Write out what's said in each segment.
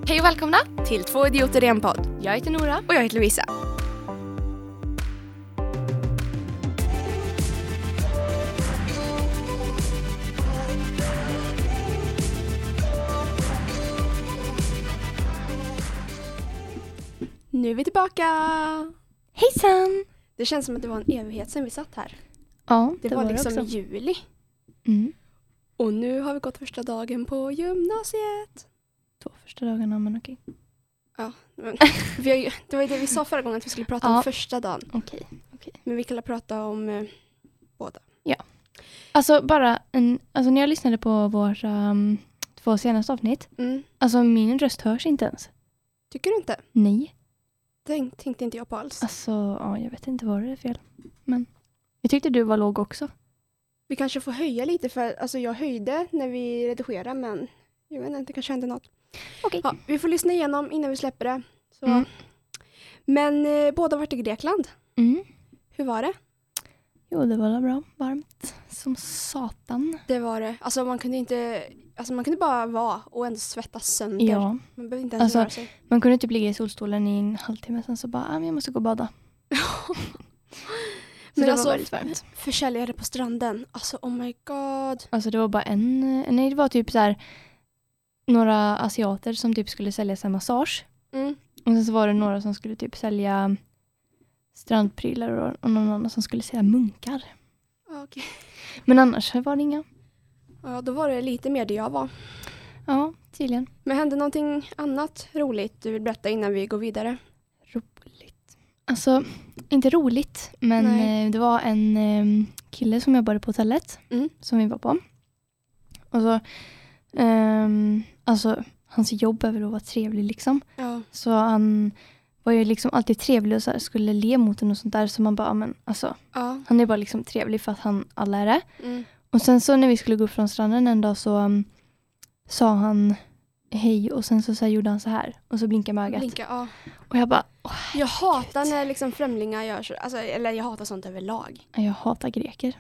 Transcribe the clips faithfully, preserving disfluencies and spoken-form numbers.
Hej och välkomna till Två idioter i en podd. Jag heter Nora. Och jag heter Lovisa. Nu är vi tillbaka. Hejsan! Det känns som att det var en evighet sedan vi satt här. Ja, det, det var, var liksom i juli. Mm. Och nu har vi gått första dagen på gymnasiet. Två första dagarna, men okej. Ja, men vi har ju, det var ju det vi sa förra gången, att vi skulle prata ja. om första dagen. Okej, okej. Men vi kan prata om eh, båda. Ja. Alltså bara, en, alltså när jag lyssnade på våra um, två senaste avsnitt. Mm. Alltså min röst hörs inte ens. Tycker du inte? Nej. Det tänkte inte jag på alls. Alltså, ja, jag vet inte vad det är fel. Men jag tyckte du var låg också. Vi kanske får höja lite, för alltså jag höjde när vi redigerade, men jag vet inte, det kanske hände något. Okej. Ja, vi får lyssna igenom innan vi släpper det. Så. Mm. Men eh, båda har varit i Grekland. Mm. Hur var det? Jo, det var bra. Varmt som satan. Det var det. Alltså man kunde inte, alltså man kunde bara vara och ändå svettas sönder. Ja. Man behövde inte ens alltså, röra sig. Man kunde typ ligga i solstolen i en halvtimme, sen så bara, ah, men jag måste gå och bada. Så men det alltså, var väldigt varmt. Försäljare på stranden. Alltså, oh my god. Alltså det var bara en, nej det var typ så här några asiater som typ skulle sälja sig massage. Mm. Och sen så var det några som skulle typ sälja strandprylar och, och någon annan som skulle sälja munkar. Okay. Men annars var det inga. Ja, då var det lite mer det jag var. Ja, tydligen. Men hände någonting annat roligt du vill berätta innan vi går vidare? Roligt. Alltså, inte roligt, men Nej. det var en eh, kille som jobbade på hotellet mm. som vi var på. Och så, um, alltså, hans jobb är väl att vara trevlig liksom. Ja. Så han var ju liksom alltid trevlig och så här, skulle le mot en och sånt där. Så man bara, men alltså, ja. han är bara liksom trevlig för att han alla är det. Mm. Och sen så när vi skulle gå upp från stranden en dag så um, sa han hej och sen så, så här, gjorde han så här. Och så blinkade med ögat. Blinka, ja. Och jag bara, åh, jag hatar när liksom främlingar gör så. Alltså, eller jag hatar sånt överlag. jag hatar greker.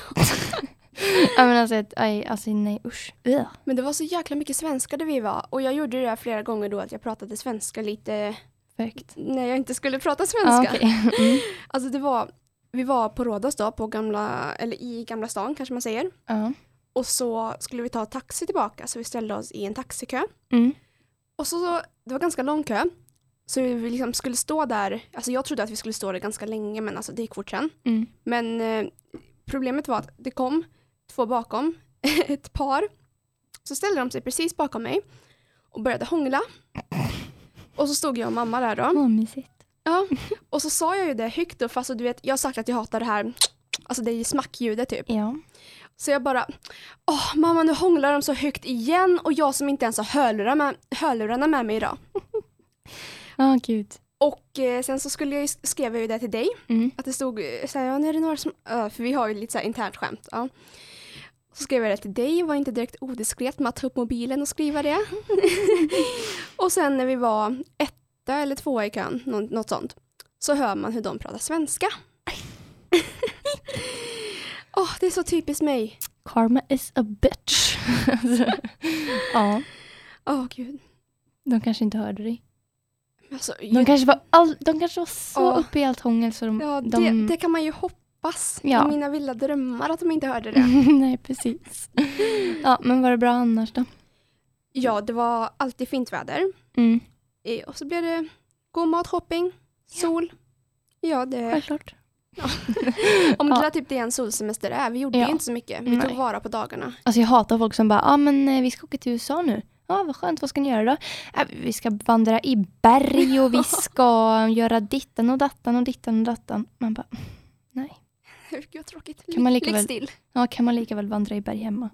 Ja, men alltså, aj, alltså nej, usch. Ugh. Men det var så jäkla mycket svenska där vi var. Och jag gjorde det där flera gånger då, att jag pratade svenska lite Perfekt. när jag inte skulle prata svenska. Ah, okay. mm. Alltså det var, vi var på Rhodos då, på gamla, eller i Gamla stan kanske man säger. Uh. Och så skulle vi ta taxi tillbaka, så vi ställde oss i en taxikö. Mm. Och så, det var ganska lång kö. Så vi liksom skulle stå där, alltså jag trodde att vi skulle stå där ganska länge, men alltså det gick fort sen. Mm. Men eh, problemet var att det kom två bakom, ett par. Så ställde de sig precis bakom mig och började hångla. Och så stod jag och mamma där då. Åh, mysigt. Ja, och så sa jag ju det högt då, fast du vet, jag har sagt att jag hatar det här, alltså det är smackljudet typ. Ja. Så jag bara, åh mamma, nu hånglar de så högt igen, och jag som inte ens har hörlurar med, hörlurarna med mig idag. Ja, oh, gud. Och eh, sen så skulle jag skrev jag ju det till dig. Mm. Att det stod så här, ja, nu är det några som, uh, för vi har ju lite så här internt skämt. Ja. Så skrev jag det till dig, var inte direkt odiskret med att ta upp mobilen och skriva det. Och sen när vi var etta eller tvåa i kön, något, något sånt, så hör man hur de pratar svenska. Åh, oh, det är så typiskt mig. Karma is a bitch. Ja. Åh, oh, gud. De kanske inte hörde dig. Alltså, De jag, kanske var, all, de kanske var så Ja. uppe i allt hångel så de... ja, de... det, det kan man ju hoppas. Ja. I mina vilda drömmar att de inte hörde det. Nej, precis. Ja, men var det bra annars då? Ja, det var alltid fint väder. Mm. Eh, Och så blev det god mat, shopping, sol. Ja, det... Självklart. Ja. Om det Ja. där typ det är en solsemester är. Vi gjorde Ja. ju inte så mycket. Vi Nej. tog vara på dagarna. Alltså jag hatar folk som bara, ja ah, men eh, vi ska åka till U S A nu. Ja, ah, vad skönt, vad ska ni göra då? Äh, vi ska vandra i berg och vi ska göra dittan och dattan och dittan och dattan. Man bara, nej. Gud vad tråkigt. Kan man lika Ligg väl- still. Ja, kan man lika väl vandra i berg hemma?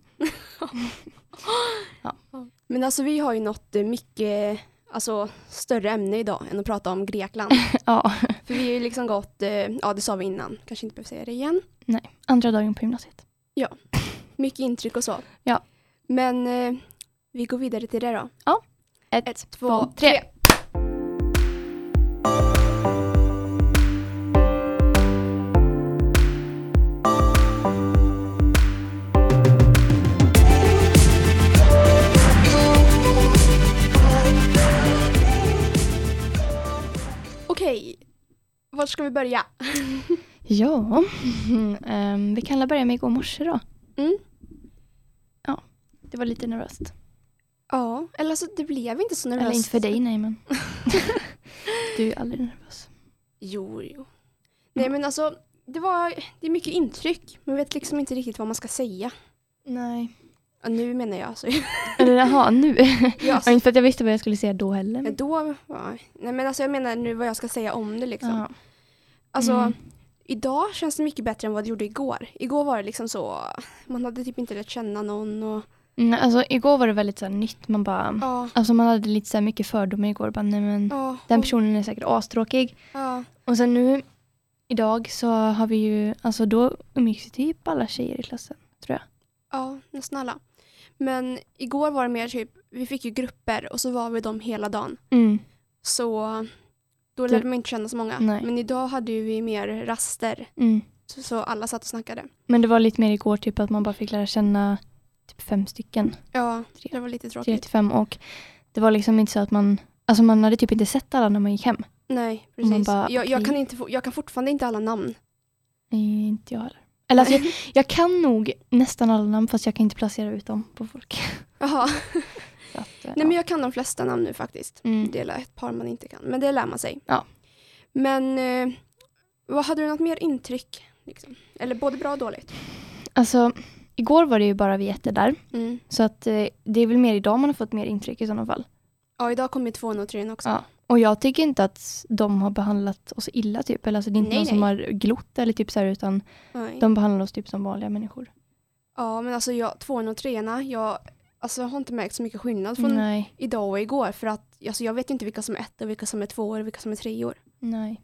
Ja. Men alltså vi har ju något eh, mycket alltså, större ämne idag än att prata om Grekland. Ja, För vi har ju liksom gått, eh, ja det sa vi innan, kanske inte behöver säga det igen. nej. Andra dagen på gymnasiet. Mycket intryck och så. Ja. Men eh, vi går vidare till det då. Ett, Ett, två, två, tre. tre. var ska vi börja? Ja, um, vi kan alla börja med igår morse då. Mm. Ja, det var lite nervöst. Ja, eller alltså det blev inte så nervöst. Eller inte för dig, nej men. Du är ju aldrig nervös. Jo, jo. Nej men alltså, det var det är mycket intryck. Man vet liksom inte riktigt vad man ska säga. Nej. Ja, nu menar jag alltså. Eller jaha, nu. Ja, alltså, inte för att jag visste vad jag skulle säga då heller. Men... Då, ja. Nej men alltså jag menar nu vad jag ska säga om det liksom. Ja. Alltså, Mm. idag känns det mycket bättre än vad det gjorde igår. Igår var det liksom så, man hade typ inte lärt känna någon och... Mm, alltså igår var det väldigt så här, nytt. Man bara, Ja. alltså man hade lite så här, mycket fördomar igår. Bara, nej men, Ja, den och- personen är säkert astråkig. Ja, Och sen nu, idag så har vi ju, alltså då umgicks ju typ alla tjejer i klassen, tror jag. ja, nästan alla. Men igår var det mer typ, vi fick ju grupper och så var vi dem hela dagen. Mm. Så då Det- lärde man inte känna så många. Nej. Men idag hade ju vi mer raster. Mm. Så, så alla satt och snackade. Men det var lite mer igår typ att man bara fick lära känna typ fem stycken. Ja, Tre. det var lite Tre tråkigt. till fem och det var liksom inte så att man, alltså man hade typ inte sett alla när man gick hem. Nej, Man precis. bara, jag, jag, okej. kan inte få, jag kan fortfarande inte alla namn. Nej, inte jag heller. Eller alltså, jag, jag kan nog nästan alla namn fast jag kan inte placera ut dem på folk. Jaha. Så att, eh, Nej, men jag kan de flesta namn nu faktiskt. Mm. Det är ett par man inte kan. Men det lär man sig. Ja. Men eh, vad hade du något mer intryck? Liksom? Eller både bra och dåligt? Alltså, igår var det ju bara vi jätter där. Mm. Så att eh, det är väl mer idag man har fått mer intryck i sådana fall. Ja, idag kommer tvåan och trean också. Ja. Och jag tycker inte att de har behandlat oss illa typ. Eller alltså det är inte Nej, någon som nej. har glott eller typ så här utan Nej. de behandlar oss typ som vanliga människor. Ja, men alltså jag, tvåan och trean, jag alltså, har inte märkt så mycket skillnad från Nej, idag och igår. För att alltså, jag vet inte vilka som är ett och vilka som är två och vilka som är tre år. nej.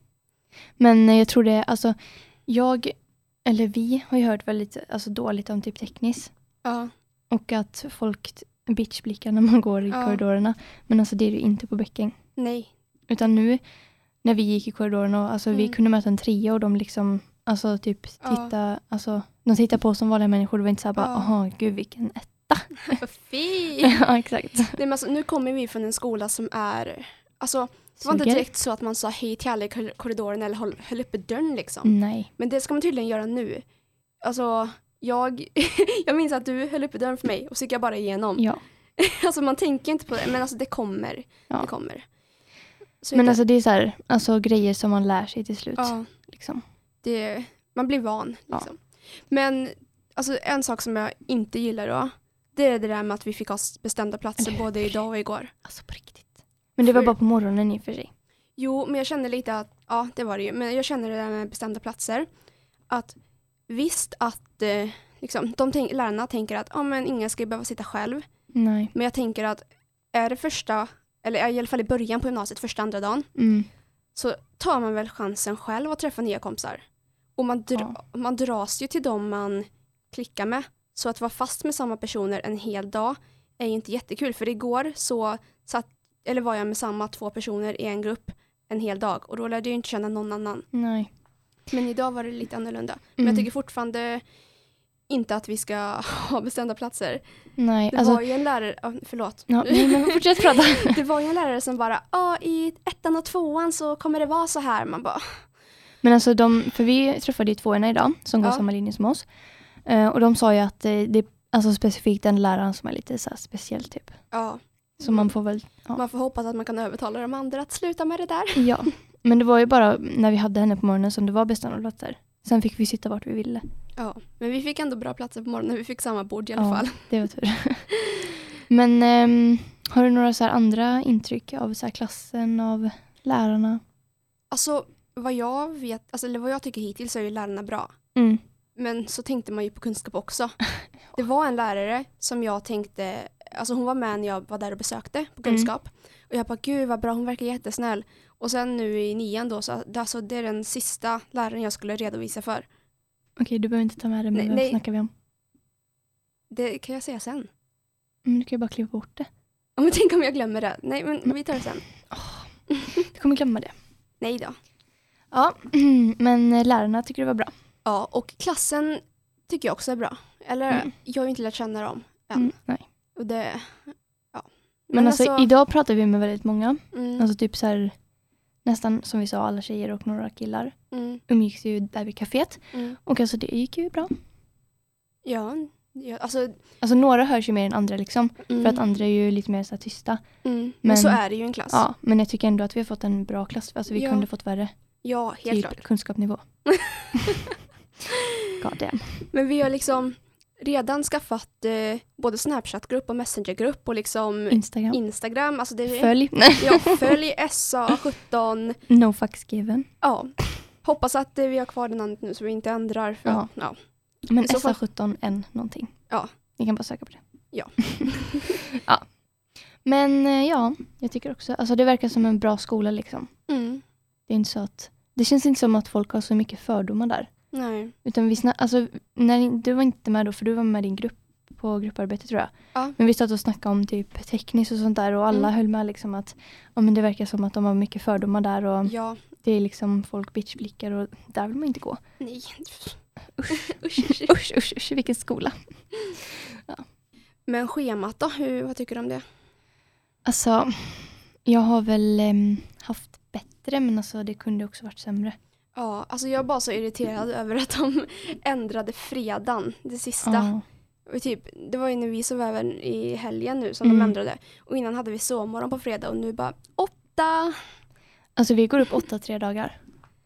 Men eh, jag tror det, alltså jag, eller vi har ju hört väldigt alltså, dåligt om typ teknis. Ja, Och att folk t- bitchblickar när man går i Ja. korridorerna. Men alltså det är ju inte på bäcken. nej. Utan nu när vi gick i korridorerna och alltså, vi Mm. kunde möta en trea och de liksom alltså typ Ja. titta, alltså de tittar på oss som vanliga människor. Det var inte så här bara, Ja. aha gud vilken etta. Vad fint! Ja, exakt. Nej, men alltså, nu kommer vi från en skola som är... Alltså, det var inte Suger? direkt så att man sa hej till alla i kor- korridoren eller höll, höll uppe dörren liksom. Nej. Men det ska man tydligen göra nu. Alltså, jag, jag minns att du höll uppe dörren för mig och så gick jag bara igenom. Ja. Alltså man tänker inte på det, men alltså det kommer. Ja. Det kommer. Så Men inte- alltså det är så här, alltså grejer som man lär sig till slut. ja, Liksom. det, man blir van. Ja. Liksom. Men alltså, en sak som jag inte gillar då, det är det där med att vi fick ha bestämda platser Eller hur? både idag och igår. Alltså på riktigt. Men det var För- bara på morgonen i och för sig. Jo, men jag känner lite att, ja det var det ju, men jag känner det där med bestämda platser. Att visst att eh, liksom, de tänk, lärarna tänker att ja, men ingen ska ju behöva sitta själv. Nej. Men jag tänker att är det första, eller i alla fall i början på gymnasiet, första andra dagen, Mm. så tar man väl chansen själv att träffa nya kompisar. Och man, dra, man dras ju till dem man klickar med. Så att vara fast med samma personer en hel dag är ju inte jättekul. För igår så satt, eller var jag med samma två personer i en grupp en hel dag. Och då lärde jag ju inte känna någon annan. Nej. Men idag var det lite annorlunda. Men Mm. jag tycker fortfarande inte att vi ska ha bestämda platser. Nej. Det Alltså, var ju en lärare, ja, förlåt. ja, nej men fortsätt prata. Det var ju en lärare som bara, ja i ettan och tvåan så kommer det vara så här. Man bara, Men alltså de, för vi träffade ju tvåorna idag som går Ja. samma linje som oss. Eh, och de sa ju att eh, det är alltså specifikt den läraren som är lite så här speciell typ. ja. Så man får väl, ja. Man får hoppas att man kan övertala de andra att sluta med det där. ja. Men det var ju bara när vi hade henne på morgonen som det var bestämda platser. Sen fick vi sitta vart vi ville. Ja, men vi fick ändå bra platser på morgonen. Vi fick samma bord i alla Ja. fall. Det var tur. Men ehm, har du några så här andra intryck av så här klassen, av lärarna? Alltså, vad jag vet, alltså, eller vad jag tycker hittills så är ju lärarna bra. Mm. Men så tänkte man ju på kunskap också. Det var en lärare som jag tänkte, alltså hon var med när jag var där och besökte på kunskap. Och jag bara, gud vad bra, hon verkar jättesnäll. Och sen nu i nian då, så det, alltså, det är den sista läraren jag skulle redovisa för. Okej, du behöver inte ta med det, men Nej, vem nej. snackar vi om? Det kan jag säga sen. Mm, du kan ju bara kliva bort det. Ja, men tänk om jag glömmer det. Nej, men vi tar det sen. Du kommer glömma det. Nej då. Ja, men eh, lärarna tycker det var bra. Ja, och klassen tycker jag också är bra. Eller, Mm. jag har ju inte lärt känna dem än. Mm, nej. Och det, ja. Men, alltså, idag pratar vi med väldigt många. mm, Alltså typ så här, nästan som vi sa alla tjejer och några killar. Mm. Umgicks ju där vid kaféet. Mm. Och alltså det gick ju bra. Ja, ja alltså... Alltså några hörs ju mer än andra liksom. Mm. För att andra är ju lite mer så här tysta. Mm. Men, Men- så är det ju en klass. Ja, men jag tycker ändå att vi har fått en bra klass. Alltså vi Ja. kunde fått värre. Ja, helt Typ klart. kunskapsnivå. God damn. Men vi har liksom redan skaffat eh, både Snapchat-grupp och Messenger-grupp och liksom Instagram. Instagram. Alltså det är, Följ. ja, följ S A sjutton. No fucks given. Ja. Hoppas att eh, vi har kvar det namnet nu så vi inte ändrar. För, Ja. ja. Men I så S A fall- sjutton N någonting. Ja. Ni kan bara söka på det. Ja. Ja. Men eh, ja, jag tycker också. Alltså det verkar som en bra skola liksom. Mm. Det är inte så att... Det känns inte som att folk har så mycket fördomar där. Nej. Utan vi sna- alltså, när, du var inte med då, för du var med din grupp på grupparbete tror jag. Ja. Men vi satt och snackade om typ tekniskt och sånt där och alla Mm. höll med liksom att ja, men det verkar som att de har mycket fördomar där och Ja. det är liksom folk bitchblickar och där vill man inte gå. Nej. Usch, usch, usch, usch, usch vilken skola. Men schemat då? Hur, vad tycker du om det? Alltså, jag har väl em, haft bättre men alltså det kunde också varit sämre. Ja, alltså jag är bara så irriterad över att de ändrade fredagen, det sista. Ja. Och typ, det var ju när vi sov över i helgen nu som Mm. de ändrade. Och innan hade vi sovmorgon på fredag och nu bara åtta. Alltså vi går upp åtta tre dagar.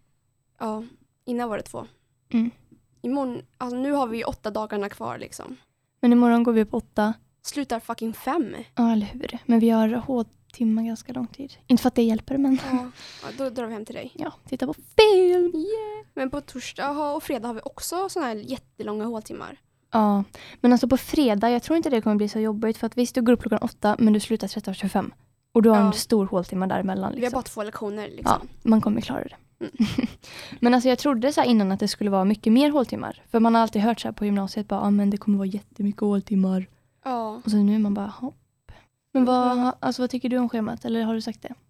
Ja, innan var det två. Mm. Imorgon, alltså nu har vi ju åtta dagarna kvar liksom. Men imorgon går vi upp åtta. Slutar fucking fem. Ja, eller hur? Men vi har håltimmar ganska lång tid. Inte för att det hjälper, men Ja, ja, då drar vi hem till dig. ja, titta på film. Yeah. Men på torsdag och fredag har vi också såna här jättelånga håltimmar. Ja, men alltså på fredag, jag tror inte det kommer bli så jobbigt för att visst, du går upp klockan åtta men du slutar tretton tjugofem. Och du har Ja. en stor håltimme däremellan. Vi har Liksom. bara två lektioner Ja, liksom. man kommer klara det. Mm. Men alltså jag trodde så här innan att det skulle vara mycket mer håltimmar. För man har alltid hört så här på gymnasiet bara, ah, men det kommer vara jättemycket håltimmar. Ja. Och så nu är man bara, hopp. Men vad, alltså, vad tycker du om schemat? Eller har du sagt det?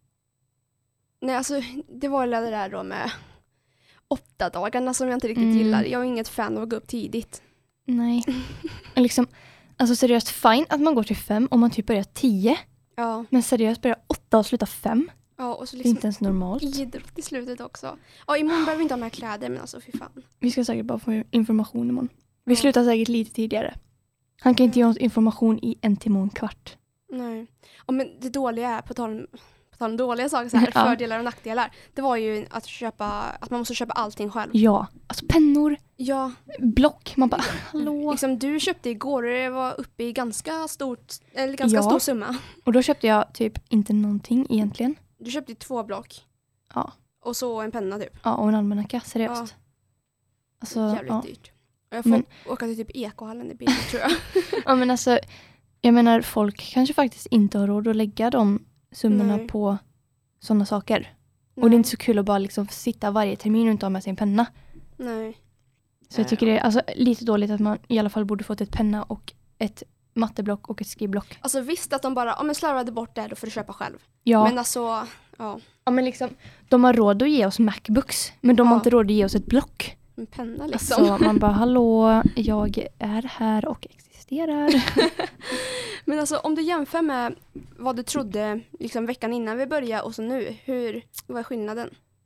Nej, alltså det var väl det där då med åtta dagarna som jag inte riktigt Mm. gillar. Jag är inget fan av att gå upp tidigt. Nej. liksom, alltså seriöst fine att man går till fem om man typ börjar tio. Ja. Men seriöst börjar åtta och sluta fem. Ja, och så Det är liksom inte ens normalt. idrott i slutet också. Ja, imorgon behöver vi inte ha med kläder, men alltså fy fan. Vi ska säkert bara få information imorgon. Vi Ja. slutar säkert lite tidigare. Han kan inte ge oss information i en timme och en kvart. Nej. Ja, men det dåliga är, på tal om, på tal om dåliga saker så här, Ja. fördelar och nackdelar. Det var ju att köpa, att man måste köpa allting själv. Ja, alltså pennor, Ja, block. Man bara, hallå. liksom du köpte igår och det var uppe i ganska stort, eller ganska Ja. stor summa. Och då köpte jag typ inte någonting egentligen. Du köpte två block. Ja. Och så en penna typ. Ja, och en almanacka, seriöst. Ja. Alltså, Jävligt ja. dyrt. Och jag får Men- åka till typ Ekohallen i bilen tror jag. ja, men alltså, jag menar folk kanske faktiskt inte har råd att lägga de summorna Nej. på sådana saker. Och det är inte så kul att bara liksom sitta varje termin och inte ha med sig en penna. Nej. Så jag tycker det är alltså, lite dåligt att man i alla fall borde fått ett penna och ett matteblock och ett skrivblock. Alltså visst att de bara, om jag slarvade bort det då får du köpa själv. Ja, Men alltså, ja, ja, men liksom, de har råd att ge oss Macbooks, men de har Ja. inte råd att ge oss ett block. en penna liksom. Alltså man bara, hallå, jag är här och existerar. Men alltså om du jämför med vad du trodde liksom veckan innan vi började och så nu, hur, vad är skillnaden?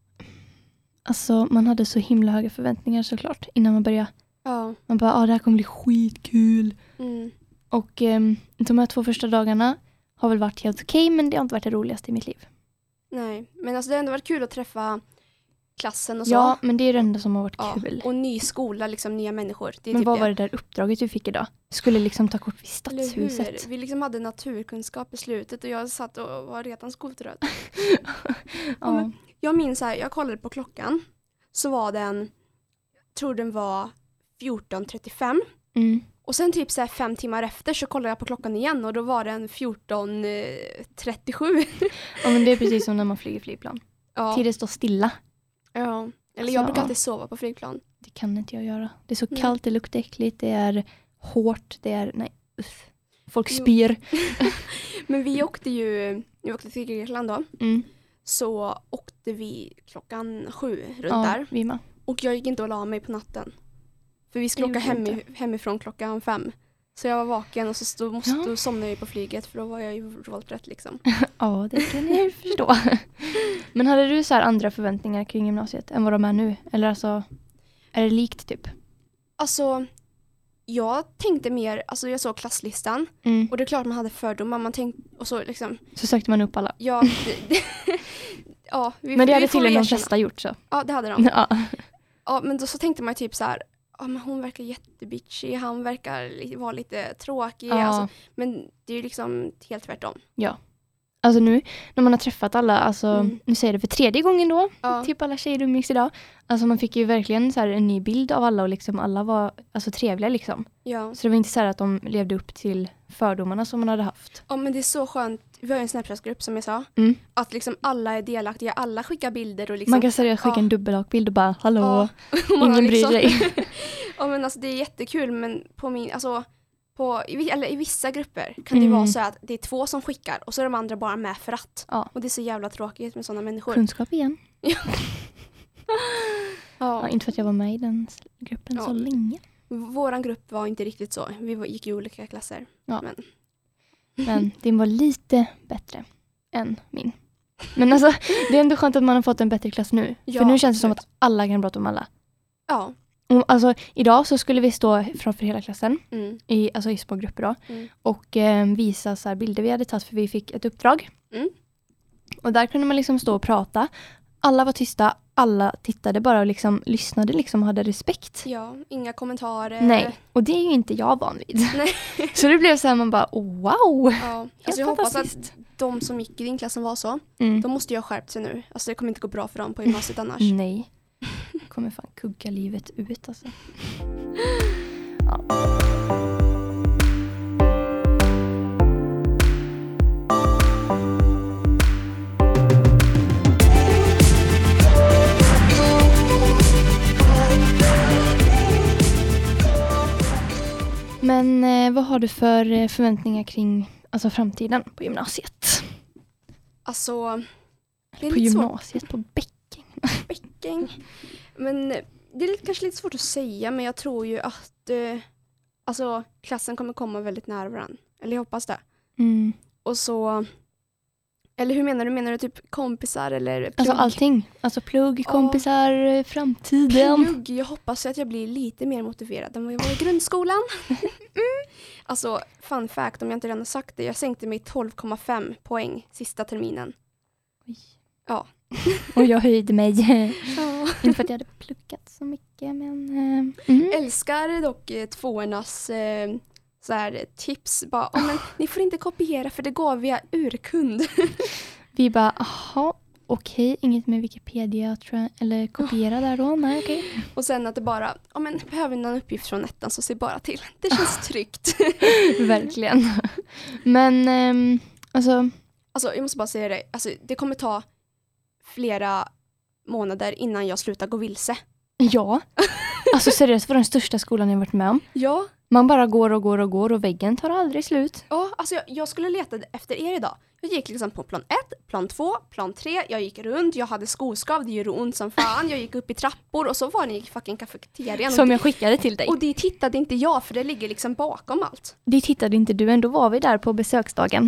Alltså man hade så himla höga förväntningar såklart innan man började. Ja. Man bara, ah, det här kommer bli skitkul. Mm. Och ehm, de här två första dagarna har väl varit helt okej, men det har inte varit det roligaste i mitt liv. Nej, men alltså det har ändå varit kul att träffa klassen och så. Ja, men det är det enda som har varit Ja, kul. och ny skola, liksom nya människor. Det är Men typ vad det. var det där uppdraget du fick idag? Du skulle liksom ta kort vid Eller hur? stadshuset. Vi liksom hade naturkunskap i slutet och jag satt och var redan skoltrött. Ja. men- Jag minns här, jag kollade på klockan. Så var den, jag tror den var fjorton trettiofem. Mm. Och sen typ så här fem timmar efter så kollade jag på klockan igen och då var den fjorton trettiosju. ja, men det är precis som när man flyger flygplan. Ja. Tiden står stilla. ja. Eller Så, jag brukar ja. alltid sova på flygplan. Det kan inte jag göra. Det är så Nej. kallt, det luktar äckligt, det är hårt, det är... Nej, uff. Folk Jo. spyr. Men vi åkte ju, vi åkte till Grekland då. Mm. Så åkte vi klockan sju runt Ja, där. vi med. Och jag gick inte och la mig på natten. För vi skulle Det åka gjorde hem, inte. hemifrån klockan fem. Så jag var vaken och så stod, måste, Ja. då somnade jag på flyget för då var jag ju vråltrött liksom. Ja, det kan jag ju förstå. Men hade du så här andra förväntningar kring gymnasiet än vad de är nu? Eller alltså, är det likt typ? Alltså, jag tänkte mer, alltså jag såg klasslistan Mm. och det är klart man hade fördomar, man tänkte, och så liksom, Så sökte man upp alla. ja, det, det, ja vi, Men det hade vi får tydligen de erkänna. flesta gjort så. Ja, det hade de. Ja. Ja, men då så tänkte man typ så här, ja men hon verkar jättebitchy, han verkar li- vara lite tråkig, Ja. alltså, men det är ju liksom helt tvärtom. Ja. Alltså nu, när man har träffat alla, alltså, Mm. nu säger jag det för tredje gången då, Ja. typ alla tjejer umgicks idag. Alltså man fick ju verkligen så här en ny bild av alla och liksom alla var alltså trevliga liksom. Ja. Så det var inte så här att de levde upp till fördomarna som man hade haft. Ja, men det är så skönt, vi har ju en Snapchat-grupp som jag sa, Mm. att liksom alla är delaktiga, alla skickar bilder och liksom. Man kan seriöst skicka ja. en dubbelakbild och bara, hallå, Ja. Man har ingen bryr liksom- sig. Ja, men alltså det är jättekul, men på min, alltså på, i, vi- eller i vissa grupper kan det Mm. vara så att det är två som skickar och så är de andra bara med för att. Ja. Och det är så jävla tråkigt med sådana människor. Kunskap igen. Ja, Ja. inte för att jag var med i den gruppen Ja. så länge. Våran grupp var inte riktigt så. Vi var, gick i olika klasser. Ja. Men, Men din var lite bättre än min. Men alltså, det är ändå skönt att man har fått en bättre klass nu. Ja, för nu känns det som absolut. att alla kan prata om alla. ja. Och, alltså, idag så skulle vi stå framför hela klassen, Mm. i, alltså i små grupper då, Mm. och eh, visa så här bilder vi hade tagit för vi fick ett uppdrag. Mm. Och där kunde man liksom stå och prata. Alla var tysta, alla tittade bara och liksom lyssnade liksom och hade respekt. Ja, inga kommentarer. Nej, och det är ju inte jag van vid. Nej. Så det blev så här, man bara, wow! Ja. Alltså jag hoppas att fantastiskt. de som gick i din klassen var så. Mm. De måste ju ha skärpt sig nu. Alltså det kommer inte gå bra för dem på gymnasiet annars. Nej. Jag kommer fan kugga livet ut alltså. Ja. Men eh, vad har du för eh, förväntningar kring alltså, framtiden på gymnasiet? Alltså, det är På lite svårt. gymnasiet, på Bäcking. Bäcking. Men det är lite, kanske lite svårt att säga, men jag tror ju att eh, alltså, klassen kommer komma väldigt nära varandra. Eller jag hoppas det. Mm. Och så, eller hur menar du? Menar du typ kompisar eller plugg? Alltså allting. Alltså plugg, Ja. kompisar, eh, framtiden. Plugg, jag hoppas att jag blir lite mer motiverad än vad jag var i grundskolan. mm. Alltså, fun fact, om jag inte redan har sagt det, jag sänkte mig tolv komma fem poäng sista terminen. Oj. Ja. Och jag höjde mig. Ja. Inte för att jag hade pluggat så mycket, men... Eh, mm. Älskar dock eh, tvåornas eh, så här, tips. Bara, oh, men, ni får inte kopiera för det går via urkund. Vi bara, aha, okej, inget med Wikipedia tror jag, eller kopiera där då, nej okej. Och sen att det bara, oh, men, behöver ni någon uppgift från ettan så se bara till. Det känns tryggt. Verkligen. Men, ehm, alltså, Alltså jag måste bara säga det, alltså, det kommer ta flera månader innan jag slutar gå vilse. ja. Alltså seriöst, var den största skolan jag varit med om. Ja, Man bara går och går och går och väggen tar aldrig slut. ja alltså jag, jag skulle leta efter er idag. Jag gick liksom på plan ett, plan två, plan tre. Jag gick runt, jag hade skoskav, det gjorde ont som fan. Jag gick upp i trappor och så var ni i fucking kafeterian. Som jag skickade till dig. Och det tittade inte jag för det ligger liksom bakom allt. Det tittade inte du, ändå var vi där på besöksdagen.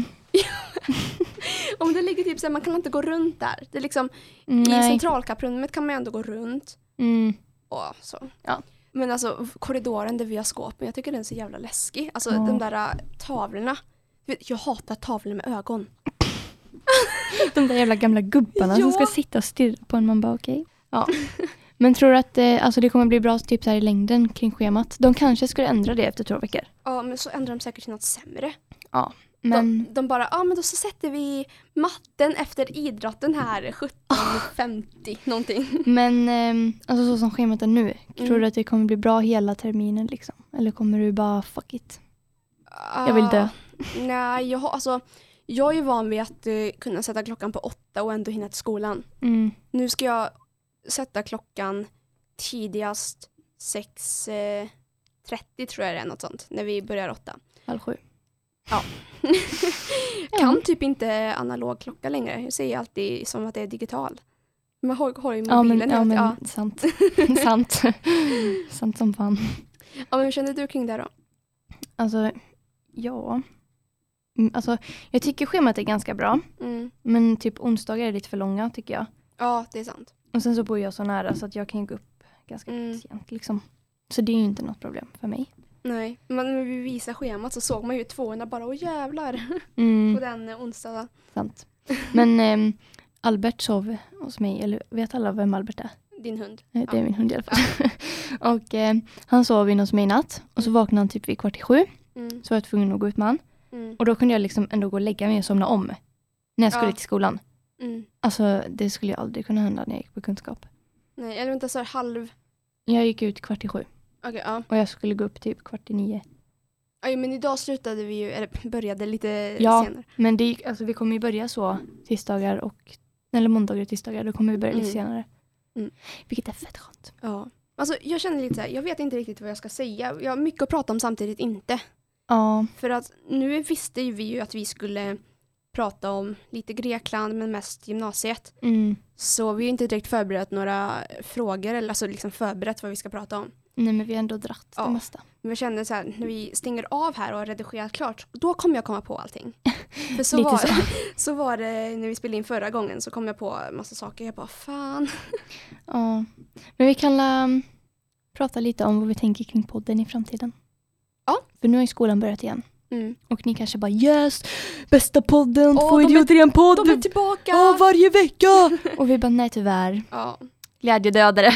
Om det ligger typ så här, man kan inte gå runt där. Det är liksom, i Nej. centralkapprummet kan man ändå gå runt. Mm. Och så. Ja. Men alltså korridoren där vi har skåpen, jag tycker den är så jävla läskig. Alltså Ja. de där äh, tavlorna. Du vet, jag hatar tavlor med ögon. De där jävla gamla gubbarna Ja. som ska sitta och stirra på en, man bara okej. Ja. Men tror du att eh, alltså det kommer bli bra typ så här i längden kring schemat? De kanske skulle ändra det efter två veckor. Ja, men så ändrar de säkert till något sämre. Ja, men De, de bara, ja men då så sätter vi matten efter idrotten här sjutton femtio någonting. men eh, alltså så som schemat är nu, tror Mm. du att det kommer bli bra hela terminen liksom? Eller kommer du bara fuck it? Jag vill dö. Ah, nej, jag har alltså jag är ju van vid att uh, kunna sätta klockan på åtta och ändå hinna till skolan. Mm. Nu ska jag sätta klockan tidigast sex trettio tror jag det är något sånt när vi börjar åtta. Halv sju. Kan typ inte analog klocka längre. Jag säger alltid som att det är digital. Man har, har ju Ja mobilen men, ja, men hela tiden. sant. sant. Sant som fan. Ja. Ja, men hur känner du kring det då? Alltså, ja. Mm, Alltså, jag tycker schemat är ganska bra. Mm. Men typ onsdagar är lite för långa tycker jag. Ja, det är sant. Och sen så bor jag så nära så att jag kan gå upp ganska Mm. sent liksom. Så det är ju inte något problem för mig. Nej, men när vi visade schemat så såg man ju tvåorna bara, åh jävlar, Mm, på den eh, onsdagen. sant. Men ehm, Albert sov hos mig, eller vet alla vem Albert är? Din hund. Eh, Det är Ja. min hund i alla fall. och eh, han sov in hos mig i natt. Och så vaknade han typ vid kvart i sju. Mm. Så var jag tvungen att gå ut med han. Mm. Och då kunde jag liksom ändå gå och lägga mig och somna om. När jag skulle Ja. till skolan. Mm. Alltså det skulle ju aldrig kunna hända när jag gick på kunskap. Nej, eller vänta så här halv... Jag gick ut kvart i sju. Okej, ja. Och jag skulle gå upp typ kvart i nio. Aj, men idag slutade vi ju, eller började lite Ja. senare. Men det gick, alltså, vi kommer ju börja så tisdagar och... Eller måndagar och tisdagar. Då kommer vi börja lite Mm. senare. Mm. Vilket är fett skönt. Ja. Alltså jag känner lite så här, jag vet inte riktigt vad jag ska säga. Jag har mycket att prata om samtidigt inte. Ja. För att nu visste ju vi ju att vi skulle prata om lite Grekland men mest gymnasiet. Mm. Så vi har inte direkt förberett några frågor eller alltså liksom förberett vad vi ska prata om. Nej men vi har ändå dratt Ja. det mesta. Men jag kände så här, när vi stänger av här och har redigerat klart, då kommer jag komma på allting. För så, Lite var, så. så var det när vi spelade in förra gången, så kom jag på massa saker. Jag bara, fan. Ja. Men vi kan um, prata lite om vad vi tänker kring podden i framtiden. Ja. För nu har ju skolan börjat igen. Mm. Och ni kanske bara, yes! Bästa podden! Åh, Två de är- idioter i en podd! De är tillbaka! Ja, varje vecka! Och vi bara, nej tyvärr. Ja. Glädjedödare.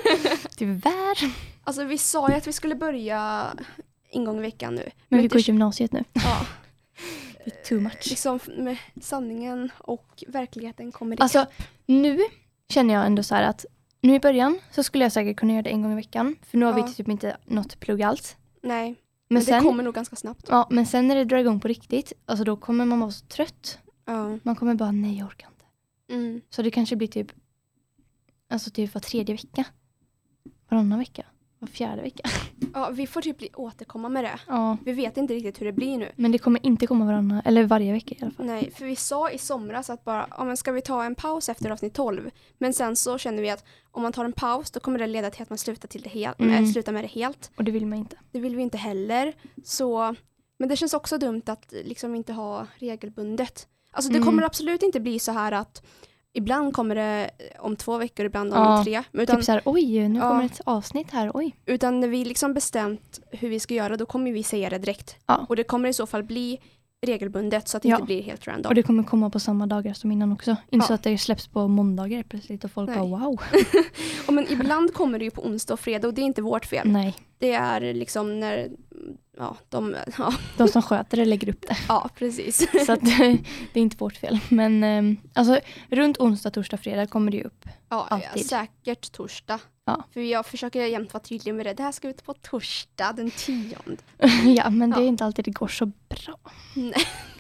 Tyvärr. Alltså vi sa ju att vi skulle börja en gång i veckan nu. Men vi det- går i gymnasiet nu. Ja, Det är too much. liksom med sanningen och verkligheten kommer Alltså, nu känner jag ändå så här att nu i början så skulle jag säkert kunna göra det en gång i veckan. För nu har Ja. vi typ inte något plugg alls. Nej, men, Men, det sen, kommer nog ganska snabbt. ja, men sen när det drar igång på riktigt, alltså då kommer man vara så trött. Ja. Man kommer bara, nej jag orkar inte. Mm. Så det kanske blir typ, alltså typ var tredje vecka. Varannan vecka. Var fjärde vecka. Ja, vi får typ bli återkomma med det. Ja, Vi vet inte riktigt hur det blir nu. men det kommer inte komma varannan, eller varje vecka i alla fall. Nej, för vi sa i somras att bara, ja men ska vi ta en paus efter avsnitt tolv? Men sen så känner vi att om man tar en paus då kommer det leda till att man slutar, till det helt, Mm. eller slutar med det helt. Och det vill man inte. Det vill vi inte heller. Så, men det känns också dumt att liksom inte ha regelbundet. Alltså det Mm. kommer absolut inte bli så här att ibland kommer det om två veckor, ibland om Ja, tre. Utan, Typ så här, oj, nu Ja. kommer ett avsnitt här, oj. utan när vi liksom bestämt hur vi ska göra, då kommer vi säga det direkt. Ja. Och det kommer i så fall bli regelbundet så att det Ja. inte blir helt random. Och det kommer komma på samma dagar som innan också. Inte Ja. så att det släpps på måndagar plötsligt och folk Nej. bara wow. Och men ibland kommer det ju på onsdag och fredag och det är inte vårt fel. Nej, Det är liksom när ja, de, ja, de som sköter det lägger upp det. ja precis. Så att det är inte vårt fel. Men eh, alltså runt onsdag, torsdag, fredag kommer det ju upp. Ja, Alltid. säkert torsdag. Ja. För jag försöker jämt vara tydlig med det. Det här ska ut på torsdag den tionde. Ja, men det är Ja. inte alltid det går så bra. Nej.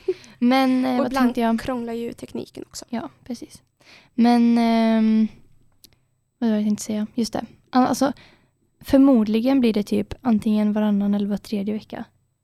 Men eh, Och vad ibland tänkte jag? krånglar ju tekniken också. Ja, precis. Men ehm, vad var jag tänkte säga? Just det. Alltså förmodligen blir det typ antingen varannan eller var tredje vecka.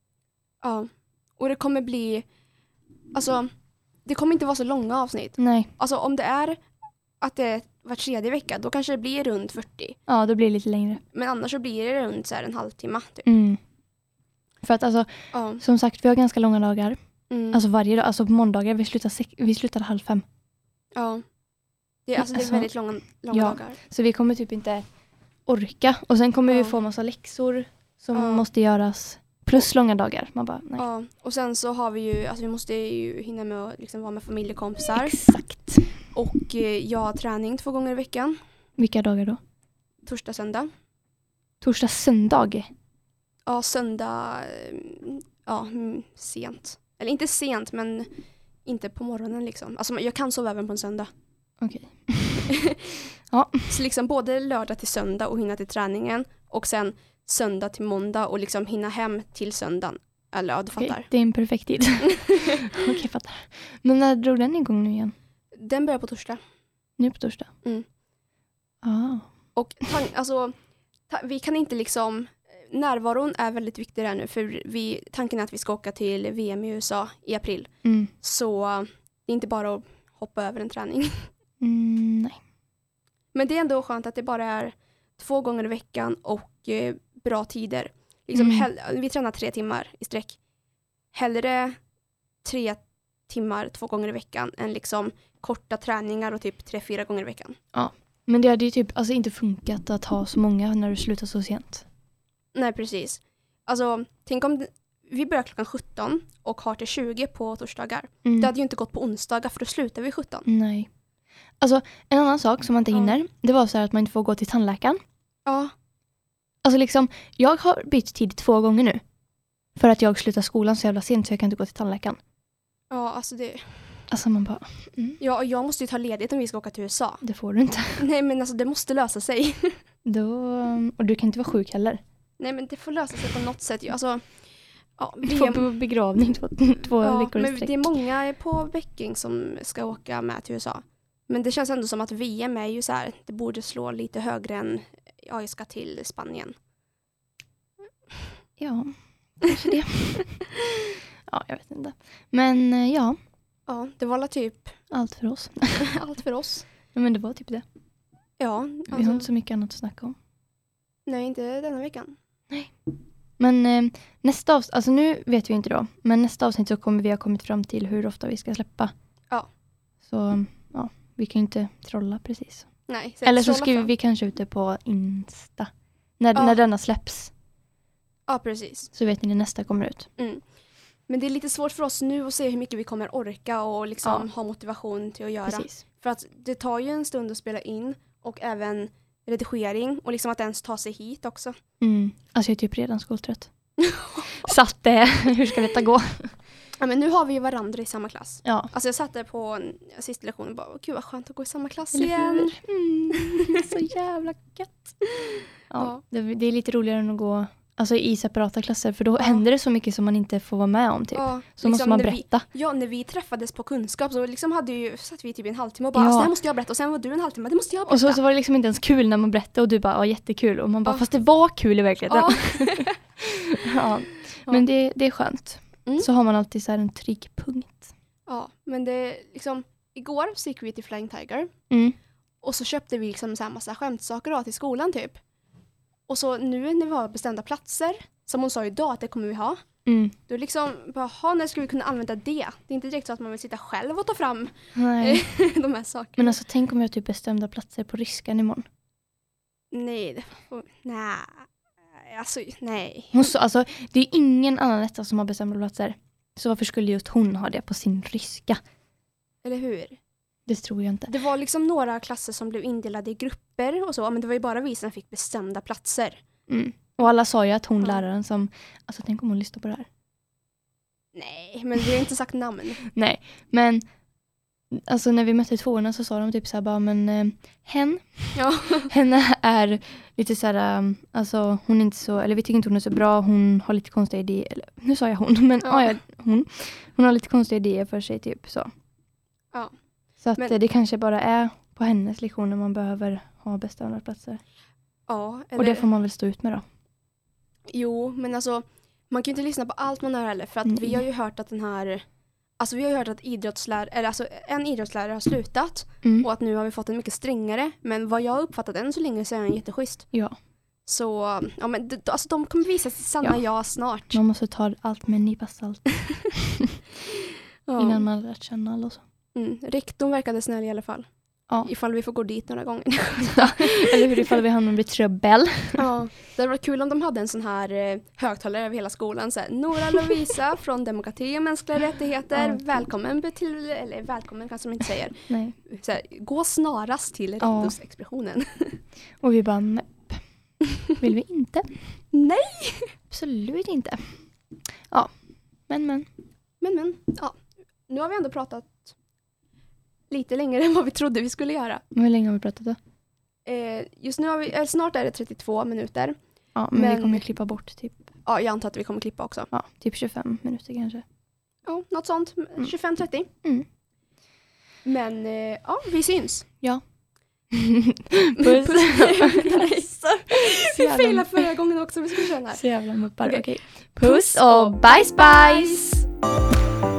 Ja. Och det kommer bli, alltså det kommer inte vara så långa avsnitt. Nej, Alltså om det är att det är var tredje vecka, då kanske det blir runt fyrtio. ja då blir det lite längre. Men annars så blir det runt så här en halvtimme. Typ. Mm. För att alltså, Ja. som sagt, vi har ganska långa dagar. Mm. Alltså varje dag, alltså på måndagar, vi slutar, sex, vi slutar halv fem. ja. Det, alltså, det är Alltså, väldigt långa, långa ja. dagar. Så vi kommer typ inte orka. Och sen kommer Ja. vi få massa läxor som Ja. måste göras. Plus långa dagar. Man bara, nej. Ja. Och sen så har vi ju, alltså vi måste ju hinna med att liksom vara med familjekompisar. Exakt. Och eh, jag har träning två gånger i veckan. Vilka dagar då? Torsdag, söndag. Torsdag, söndag. Ja, söndag eh, ja, mm, sent. Eller inte sent, men inte på morgonen liksom. Alltså jag kan sova även på en söndag. Okej. Så liksom både lördag till söndag och hinna till träningen. Och sen söndag till måndag och liksom hinna hem till söndagen. Eller ja, du Okej, fattar. det är en perfekt tid. Okej, fattar. Men när drog den igång nu igen? Den börjar på torsdag. Nu på torsdag? Mm. Ah. Och tan- alltså, ta- vi kan inte liksom, närvaron är väldigt viktig där nu för vi, tanken är att vi ska åka till V M i U S A i april. Mm. Så uh, det är inte bara att hoppa över en träning. Mm, nej. Men det är ändå skönt att det bara är två gånger i veckan och eh, bra tider. Liksom Mm. hell- vi tränar tre timmar i sträck. Hellre tre timmar två gånger i veckan än liksom korta träningar och typ tre, fyra gånger i veckan. Men det hade ju typ alltså inte funkat att ha så många när du slutar så sent. Nej, precis. Alltså, tänk om vi börjar klockan sjutton och har till tjugo på torsdagar. Mm. Det hade ju inte gått på onsdagar för då slutar vi sjutton. Nej. Alltså en annan sak som man inte Ja. hinner, det var så här att man inte får gå till tandläkaren. Ja, Alltså liksom, jag har bytt tid två gånger nu. För att jag slutar skolan så jävla sent så jag kan inte gå till tandläkaren. ja alltså det... Alltså man bara, mm, Ja, och jag måste ju ta ledigt om vi ska åka till U S A. det får du inte. Nej, men alltså det måste lösa sig. Då, och du kan inte vara sjuk heller. Nej, men det får lösa sig på något sätt. Alltså, ja, Du vi får är, på begravning två, två ja, veckor i men sträck. det är många på Bäcking som ska åka med till U S A. Men det känns ändå som att V M är ju så här, det borde slå lite högre än ja, jag ska till Spanien. Ja, kanske det. Ja, jag vet inte. Men eh, ja, Ja, det var alla typ allt för oss. allt för oss. Men det var typ det. Ja, Vi har alltså, inte så mycket annat att snacka om. nej, inte denna veckan. Men eh, nästa avsnitt, alltså nu vet vi inte då. Men nästa avsnitt så kommer vi ha kommit fram till hur ofta vi ska släppa. Ja. Så ja, vi kan ju inte trolla precis. Nej, Eller så trolla skriver fram. vi kanske ut det på Insta. När, Ja. när denna släpps Ja, precis. så vet ni när nästa kommer ut. Mm. Men det är lite svårt för oss nu att se hur mycket vi kommer orka och liksom Ja. ha motivation till att göra. Precis. För att det tar ju en stund att spela in och även redigering och liksom att ens ta sig hit också. Mm. Alltså jag är typ redan skoltrött. Så att eh, hur ska detta gå? Ja, men nu har vi ju varandra i samma klass. Ja. Alltså jag satt där på en sista lektion och bara, gud vad skönt att gå i samma klass Eller igen. hur? Mm. Så jävla gött. Ja, Ja. det, det är lite roligare än att gå alltså, i separata klasser. För då händer det så mycket som man inte får vara med om. Typ. Ja, Så måste man när berätta. Vi, ja, när vi träffades på kunskap så liksom hade ju, satt vi typ en halvtimme och bara, Ja. alltså, det här måste jag berätta. Och sen var du en halvtimme, det måste jag berätta. Och så, så var det liksom inte ens kul när man berättade och du bara, ja jättekul. Och man bara, Ja. fast det var kul i verkligheten. Ja. Ja. Men det, det är skönt. Mm. Så har man alltid så här en trygg punkt. Ja, men det liksom, igår så gick vi till Flying Tiger. Mm. Och så köpte vi liksom så här massa skämtsaker då till skolan typ. Och så nu när vi har bestämda platser, som hon sa idag att det kommer vi ha. Mm. Då liksom, bara, ha, när ska vi kunna använda det? Det är inte direkt så att man vill sitta själv och ta fram Nej. de här sakerna. Men alltså tänk om jag har typ bestämda platser på Riskan imorgon. Nej, det får, nej. Alltså, nej. Hon sa, alltså, det är ingen annan etta som har bestämda platser. Så varför skulle just hon ha det på sin Ryska? Eller hur? Det tror jag inte. Det var liksom några klasser som blev indelade i grupper och så, men det var ju bara vi som fick bestämda platser. Mm. Och alla sa ju att hon Ja. läraren som, alltså tänk om hon lyssnar på det här. Nej, men vi har inte sagt namn. Nej, men alltså när vi mötte tvåorna så sa de typ så här bara, men eh, hen, Ja. henne är lite så här, um, alltså hon är inte så, eller vi tycker inte hon är så bra, hon har lite konstiga idéer, eller nu sa jag hon, men Ja. ja. ja, hon, hon har lite konstiga idéer för sig typ så. Ja. Så att Men- eh, det kanske bara är på hennes lektioner man behöver ha bestämda platser. Ja, eller, Och det får man väl stå ut med då. Jo, men alltså man kan ju inte lyssna på allt man hör heller, för att Nej. vi har ju hört att den här, alltså vi har ju hört att idrottslärare, eller alltså en idrottslärare har slutat Mm. och att nu har vi fått en mycket strängare, men vad jag har uppfattat än så länge så är den jätteschysst. Ja, Så, ja men d- alltså de kommer visa sitt sanna Ja. jag snart. man måste ta allt med en nypa salt Ja. innan man lärt känna alla och så. Mm. Rektorn verkade snäll i alla fall. Ja. Ifall vi får gå dit några gånger. Eller hur, ifall vi hamnar i trubbel. Ja. Det hade varit kul om de hade en sån här eh, högtalare över hela skolan. Så här, Nora Lovisa från Demokrati och mänskliga rättigheter. Ja. Välkommen till, eller välkommen kanske de inte säger. Nej. Så här, gå snarast till rektorsexpeditionen. Och vi bara, nej. Vill vi inte? Nej! Absolut inte. Ja, men men. Men men, ja. Nu har vi ändå pratat lite längre än vad vi trodde vi skulle göra. Hur länge har vi pratat då? Eh, just nu har vi, eh, snart är det trettiotvå minuter. Ja, men, Men- vi kommer ju klippa bort typ, Ja, jag antar att vi kommer klippa också. ja, typ tjugofem minuter kanske. Ja, något sånt. tjugofem trettio. Mm. Men eh, ja, vi syns. Ja. Puss. Puss. Vi failade förra gången också, vi skulle köra den här. Så jävla muppar. Okej. Okej. Puss och bajs bajs!